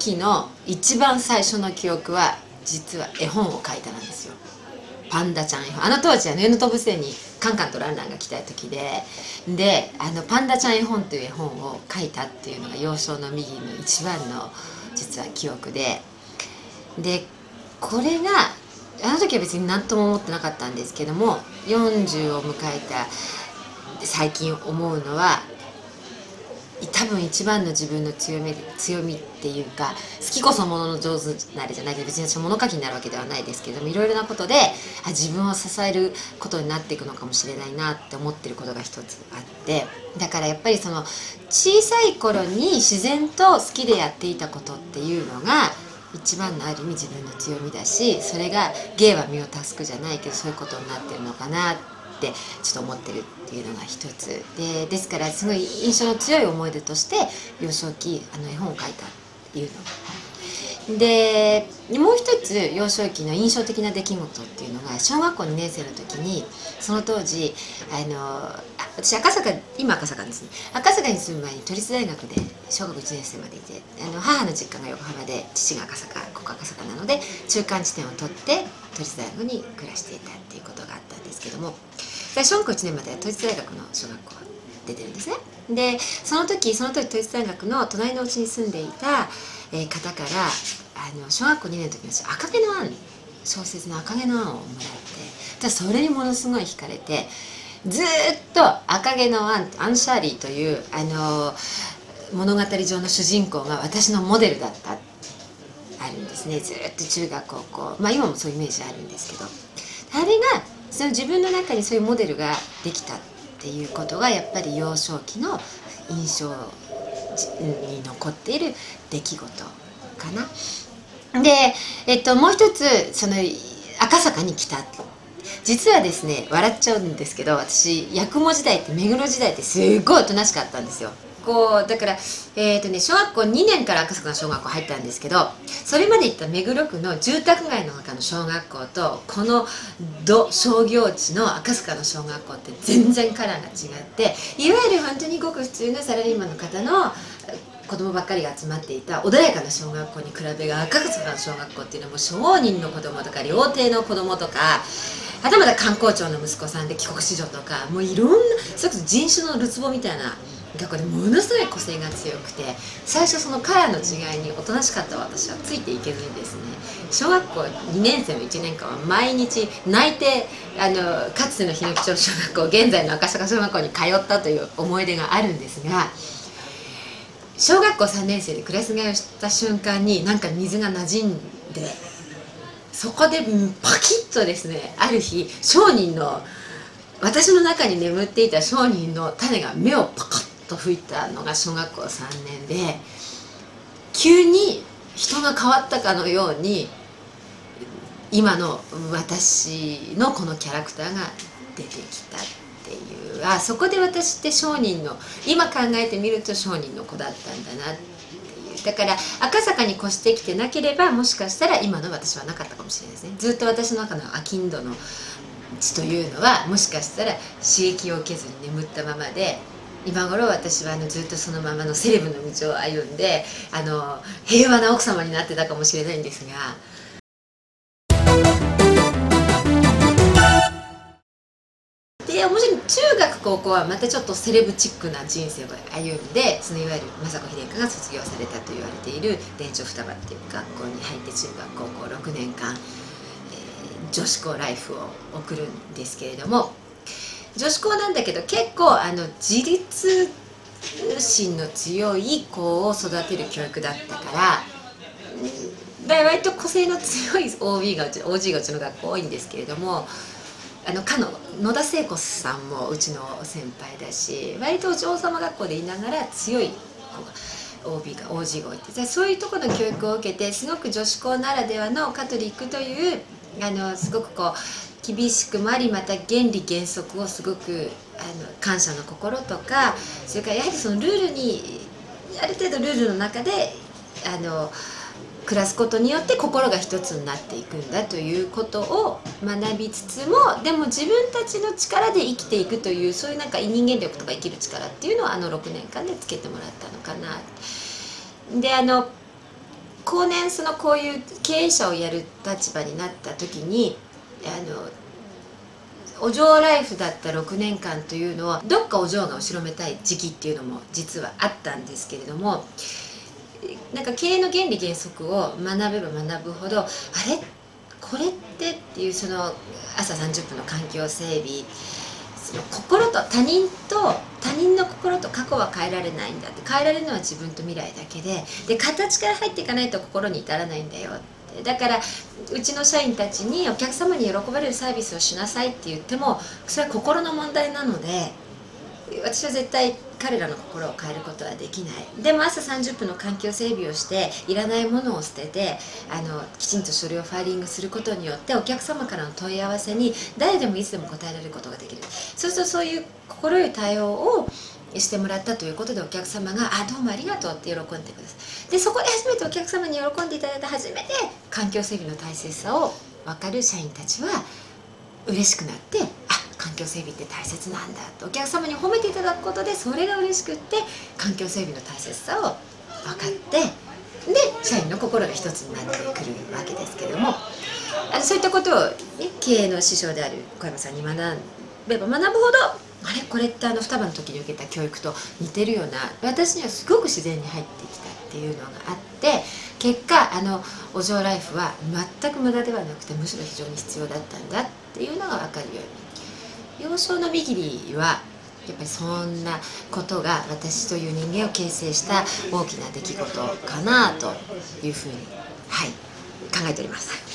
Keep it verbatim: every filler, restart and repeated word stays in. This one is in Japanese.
期の一番最初の記憶は実は絵本を描いたなんですよ。パンダちゃん絵本。あの当時は上野動物園にカンカンとランランが来た時でであのパンダちゃん絵本という絵本を描いたっていうのが幼少の右の一番の実は記憶で、でこれがあの時は別に何とも思ってなかったんですけども、よんじゅうを迎えた最近思うのは、多分一番の自分の強み強みっていうか、好きこそものの上手なれじゃないけど、別に私物書きになるわけではないですけれども、いろいろなことであ自分を支えることになっていくのかもしれないなって思ってることが一つあって、だからやっぱりその小さい頃に自然と好きでやっていたことっていうのが一番のある意味自分の強みだし、それが芸は身を助くじゃないけどそういうことになってるのかなってちょっと思ってるっていうのが一つで、ですからすごい印象の強い思い出として幼少期あの絵本を描いたっていうので、もう一つ幼少期の印象的な出来事っていうのが、小学校にねん生の時に、その当時あのあ私赤坂、今赤坂ですね、赤坂に住む前に都立大学で小学いちねん生までいて、あの母の実家が横浜で父が赤坂、ここ赤坂なので中間地点を取って都立大学に暮らしていたっていうことがあったんですけども、小学校いちねんまでは都立大学の小学校出てるんですね。でその時その時都立大学の隣のうちに住んでいた、えー、方からあの小学校にねんの時に私赤毛のアン、小説の赤毛のアンをもらって、それにものすごい惹かれて、ずーっと赤毛のアンアンシャーリーというあの物語上の主人公が私のモデルだったあるんですね。ずーっと中学高校、まあ今もそういうイメージあるんですけど、あれがその自分の中にそういうモデルができたっていうことがやっぱり幼少期の印象に残っている出来事かな。で、えっと、もう一つその赤坂に来た、実はですね笑っちゃうんですけど、私八雲時代って目黒時代ってすっごいおとなしかったんですよ。こうだからえーとね、小学校にねんから赤坂の小学校入ったんですけど、それまで行った目黒区の住宅街の中の小学校とこのど商業地の赤坂の小学校って全然カラーが違って、いわゆる本当にごく普通のサラリーマンの方の子供ばっかりが集まっていた穏やかな小学校に比べが、赤坂の小学校っていうのはもう商人の子供とか料亭の子供とか、はたまた観光庁の息子さんで帰国子女とか、もういろんなそれこそ人種のるつぼみたいな学校でものすごい個性が強くて、最初そのカラーの違いにおとなしかった私はついていけずにですね、小学校にねん生のいちねんかんは毎日泣いてあのかつての日野木町小学校、現在の赤坂小学校に通ったという思い出があるんですが、小学校さんねん生でクラス替えをした瞬間になんか水が馴染んで、そこでパキッとですね、ある日商人の私の中に眠っていた商人の種が目をパカッと吹いたのが小学校さんねんで、急に人が変わったかのように今の私のこのキャラクターが出てきたっていう、あそこで私って商人の、今考えてみると商人の子だったんだなっていう。だから赤坂に越してきてなければもしかしたら今の私はなかったかもしれないですね。ずっと私の中の商人の地というのはもしかしたら刺激を受けずに眠ったままで、今頃私はあのずっとそのままのセレブの道を歩んであの平和な奥様になってたかもしれないんですが、で面白い、中学高校はまたちょっとセレブチックな人生を歩んで、そのいわゆる政子秀香が卒業されたと言われている田園双葉っていう学校に入って中学高校ろくねんかん、えー、女子校ライフを送るんですけれども、女子校なんだけど結構あの自立心の強い子を育てる教育だったから、割と個性の強い オービー がうち オージー がうちの学校多いんですけれども、あのかの野田聖子さんもうちの先輩だし、割とお嬢様学校でいながら強い子が オービー が オージー が多いって、そういうところの教育を受けて、すごく女子校ならではのカトリックというあのすごくこう厳しくもあり、また原理原則をすごくあの感謝の心とか、それからやはりそのルールにある程度ルールの中であの暮らすことによって心が一つになっていくんだということを学びつつも、でも自分たちの力で生きていくという、そういうなんか人間力とか生きる力っていうのをあのろくねんかんでつけてもらったのかな。であの後年そのこういう経営者をやる立場になった時にあのお嬢ライフだったろくねんかんというのはどっかお嬢が後ろめたい時期っていうのも実はあったんですけれども、なんか経営の原理原則を学べば学ぶほど、あれこれってっていう、その朝さんじゅっぷんの環境整備、その心と他人と他人の心と過去は変えられないんだって、変えられるのは自分と未来だけで、で形から入っていかないと心に至らないんだよって。だからうちの社員たちにお客様に喜ばれるサービスをしなさいって言っても、それは心の問題なので、私は絶対彼らの心を変えることはできない。でも朝さんじゅっぷんの環境整備をして、いらないものを捨てて、あのきちんと書類をファイリングすることによってお客様からの問い合わせに誰でもいつでも答えられることができる。そうするとそういう心よい対応をしてもらったということで、お客様が「あどうもありがとう」って喜んでください。でそこで初めてお客様に喜んでいただいて、初めて環境整備の大切さを分かる社員たちは嬉しくなって、あ環境整備って大切なんだとお客様に褒めていただくことで、それが嬉しくって、環境整備の大切さを分かって、で社員の心が一つになってくるわけですけれども、あのそういったことを、ね、経営の師匠である小山さんに学べば学ぶほど、あれこれってあの双葉の時に受けた教育と似てるような、私にはすごく自然に入ってきたっていうのがあって、結果あのお嬢ライフは全く無駄ではなくて、むしろ非常に必要だったんだっていうのが分かるように、幼少のビギリはやっぱりそんなことが私という人間を形成した大きな出来事かなというふうに、はい、考えております。